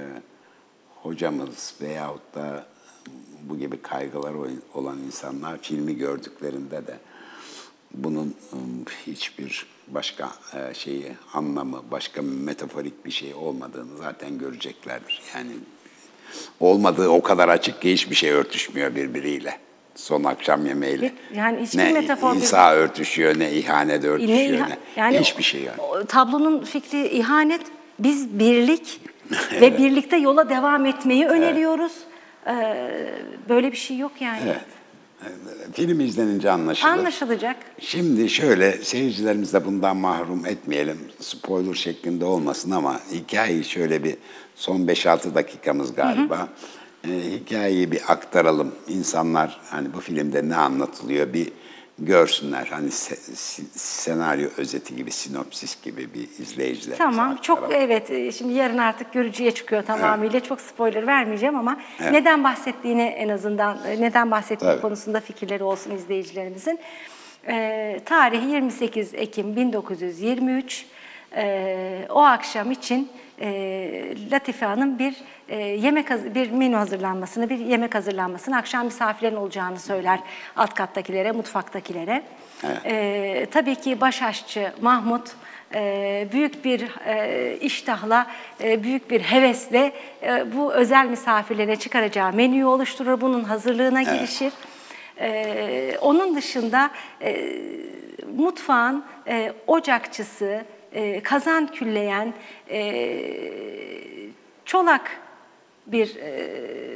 hocamız veyahut da bu gibi kaygıları olan insanlar filmi gördüklerinde de bunun hiçbir başka şeyi, anlamı, başka metaforik bir şey olmadığını zaten göreceklerdir. Yani olmadığı o kadar açık ki hiçbir şey örtüşmüyor birbiriyle. Son akşam yemeğiyle. Yani hiçbir ne metafor İsa örtüşüyor, ne ihanet örtüşüyor, Ne iha- ne, yani hiçbir şey yok. o Tablonun fikri ihanet, biz birlik ve birlikte yola devam etmeyi öneriyoruz. Ee, böyle bir şey yok yani. Evet. Film izlenince anlaşılır. Anlaşılacak. Şimdi şöyle, seyircilerimiz de bundan mahrum etmeyelim. Spoiler şeklinde olmasın ama hikayeyi şöyle bir son beş altı dakikamız galiba. Hı hı. E, hikayeyi bir aktaralım. İnsanlar hani bu filmde ne anlatılıyor bir görsünler. Hani se- si- senaryo özeti gibi, sinopsis gibi bir izleyiciler. Tamam, çok evet. e, Şimdi yarın artık görücüye çıkıyor tamamıyla. Çok spoiler vermeyeceğim ama Evet. neden bahsettiğini en azından, e, neden bahsettiği Tabii. konusunda fikirleri olsun izleyicilerimizin. E, tarihi yirmi sekiz Ekim bin dokuz yüz yirmi üç. E, o akşam için e, Latife Hanım bir e, yemek haz- bir menü hazırlanmasını, bir yemek hazırlanmasını, akşam misafirlerin olacağını söyler alt kattakilere, mutfaktakilere. Evet. E, tabii ki baş aşçı Mahmut e, büyük bir e, iştahla, e, büyük bir hevesle e, bu özel misafirlere çıkaracağı menüyü oluşturur, bunun hazırlığına Evet. girişir. E, onun dışında e, mutfağın e, ocakçısı, e, kazan külleyen, e, çolak bir e,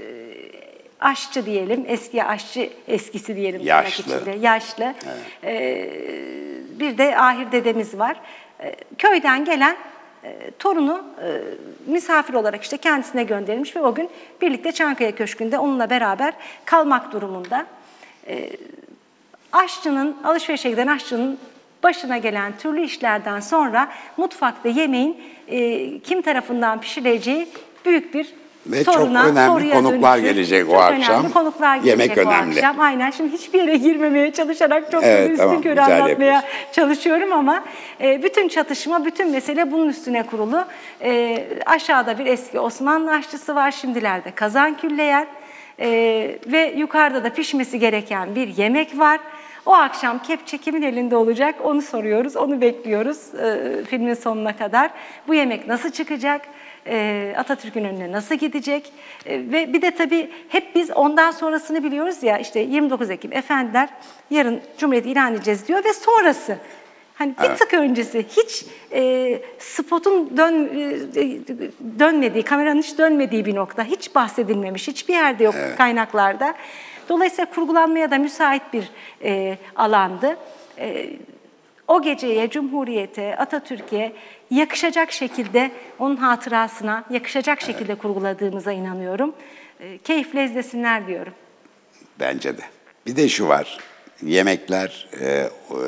aşçı diyelim, eski aşçı eskisi diyelim. tırnak Yaşlı. içinde, yaşlı. E, bir de Ahir dedemiz var. E, köyden gelen e, torunu e, misafir olarak işte kendisine gönderilmiş ve o gün birlikte Çankaya Köşkü'nde onunla beraber kalmak durumunda. E, aşçının, alışverişe giden aşçının başına gelen türlü işlerden sonra mutfakta yemeğin e, kim tarafından pişirileceği büyük bir Ve soruna, çok önemli soruya konuklar dönüşür. gelecek o Çok akşam. önemli konuklar Yemek gelecek o önemli. akşam. Aynen. Şimdi hiçbir yere girmemeye çalışarak çok Evet, üstün tamam, körü güzel anlatmaya yapıyorsun. çalışıyorum ama e, bütün çatışma, bütün mesele bunun üstüne kurulu. E, aşağıda bir eski Osmanlı aşçısı var, şimdilerde kazan külleyen e, ve yukarıda da pişmesi gereken bir yemek var. O akşam kepçe kimin elinde olacak onu soruyoruz, onu bekliyoruz e, filmin sonuna kadar. Bu yemek nasıl çıkacak? E, Atatürk'ün önüne nasıl gidecek? E, ve bir de tabii hep biz ondan sonrasını biliyoruz ya, işte yirmi dokuz Ekim efendiler yarın Cumhuriyeti ilan edeceğiz diyor ve sonrası. Hani bir Evet. tık öncesi hiç e, spotun dön, e, dönmediği, kameranın hiç dönmediği bir nokta, hiç bahsedilmemiş, hiçbir yerde yok Evet. kaynaklarda. Dolayısıyla kurgulanmaya da müsait bir e, alandı. E, o geceye, Cumhuriyet'e, Atatürk'e yakışacak şekilde, onun hatırasına yakışacak şekilde kurguladığımıza inanıyorum. E, keyifle izlesinler diyorum. Bence de. Bir de şu var. Yemekler e, e,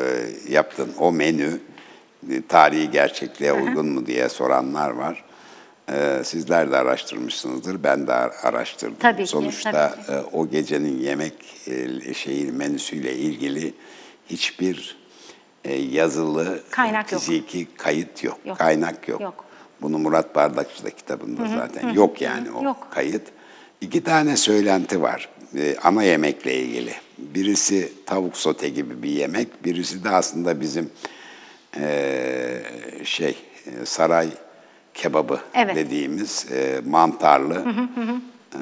yaptın o menü e, tarihi gerçekliğe uygun mu diye soranlar var. E, sizler de araştırmışsınızdır. Ben de ar- araştırdım. Tabii ki, Sonuçta tabii ki. e, o gecenin yemek e, şeyin menüsüyle ilgili hiçbir e, yazılı Kaynak yok. fiziki kayıt yok. Yok. Kaynak yok. Yok. Bunu Murat Bardakçı da kitabında Hı hı, zaten hı, yok hı, yani o yok. kayıt. İki tane söylenti var e, ana yemekle ilgili. Birisi tavuk sote gibi bir yemek, birisi de aslında bizim e, şey e, saray kebabı Evet. dediğimiz e, mantarlı Hı hı hı hı.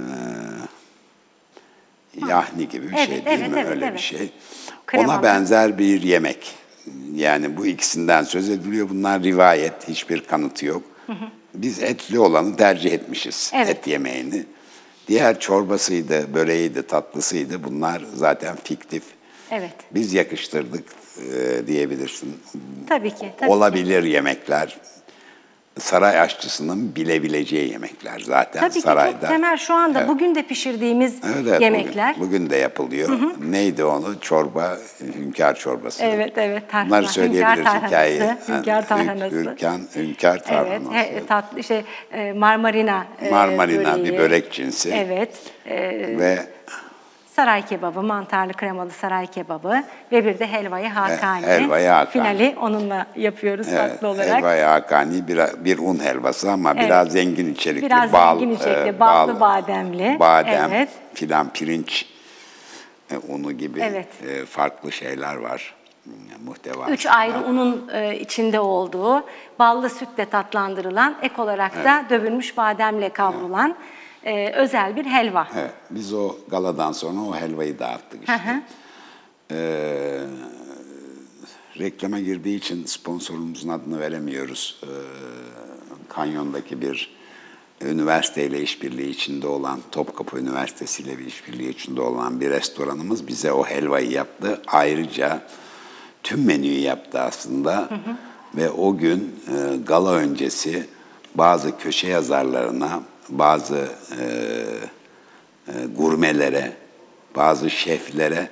e, yahni gibi bir Evet, şey değil evet, mi? evet, Öyle evet. bir şey. Kremalı. Ona benzer bir yemek. Yani bu ikisinden söz ediliyor. Bunlar rivayet, hiçbir kanıtı yok. Hı hı. Biz etli olanı tercih etmişiz, Evet. et yemeğini. Diğer çorbasıydı, böreğiydi, tatlısıydı. Bunlar zaten fiktif. Evet. Biz yakıştırdık e, diyebilirsin. Tabii ki. Tabii Olabilir yemekler. Saray aşçısının bilebileceği yemekler zaten Tabii ki sarayda. çok temel şu anda Evet. bugün de pişirdiğimiz Evet, evet, yemekler. Bugün, bugün de yapılıyor. Hı hı. Neydi onu? Çorba, hünkâr çorbası. Evet, evet. Tarhana, Bunları söyleyebiliriz hünkâr hikayeyi. tarhanası, hünkâr tarhanası. Hürkan, hünkâr Evet, tarhanası. he, tatlı şey e, marmarina e, Marmarina böreği. bir börek cinsi. Evet. e, Ve saray kebabı, mantarlı kremalı saray kebabı ve bir de helvayı Hakani. helvayı Hakani. Finali onunla yapıyoruz evet, farklı olarak. helva-i Hakani bir, bir un helvası ama Evet. biraz zengin içerikli. Biraz bal, zengin içerikli, e, ballı, bal, bademli. Badem Evet. filan, pirinç e, unu gibi Evet. e, farklı şeyler var. Muhteva. Üç ayrı unun e, içinde olduğu, ballı sütle tatlandırılan, ek olarak da dövülmüş bademle kavrulan e, özel bir helva. Evet, biz o galadan sonra o helvayı dağıttık işte. Hı hı. Ee, reklama girdiği için sponsorumuzun adını veremiyoruz. Ee, Kanyon'daki bir üniversiteyle işbirliği içinde olan, Topkapı Üniversitesi ile bir işbirliği içinde olan bir restoranımız bize o helvayı yaptı. Ayrıca tüm menüyü yaptı aslında. Hı hı. Ve o gün e, gala öncesi bazı köşe yazarlarına, bazı e, e, gurmelere, bazı şeflere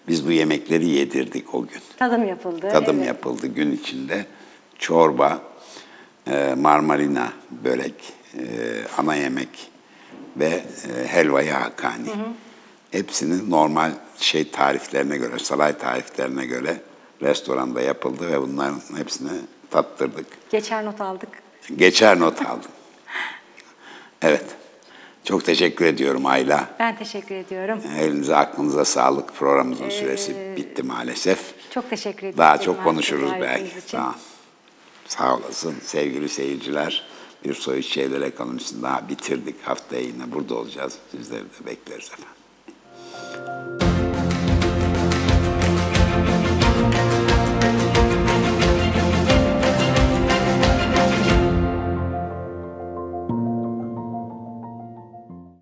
Biz bu yemekleri yedirdik o gün. Tadım yapıldı. Tadım evet. yapıldı gün içinde. Çorba, e, marmarina, börek, e, ana yemek ve e, helvayı Hakani. Hı hı. Hepsini normal şey tariflerine göre, saray tariflerine göre restoranda yapıldı ve bunların hepsini tattırdık. Geçer not aldık. Geçer not aldım. Evet. Çok teşekkür ediyorum Ayla. Ben teşekkür ediyorum. Elinize aklınıza sağlık. Programımızın Ee, süresi bitti maalesef. Çok teşekkür ederim. Daha çok konuşuruz belki. Için. Tamam. Sağ olasın. Sevgili seyirciler, Bir Soyut Şeyler Ekonomisi'ni daha bitirdik. Haftaya yine burada olacağız. Sizleri de bekleriz efendim.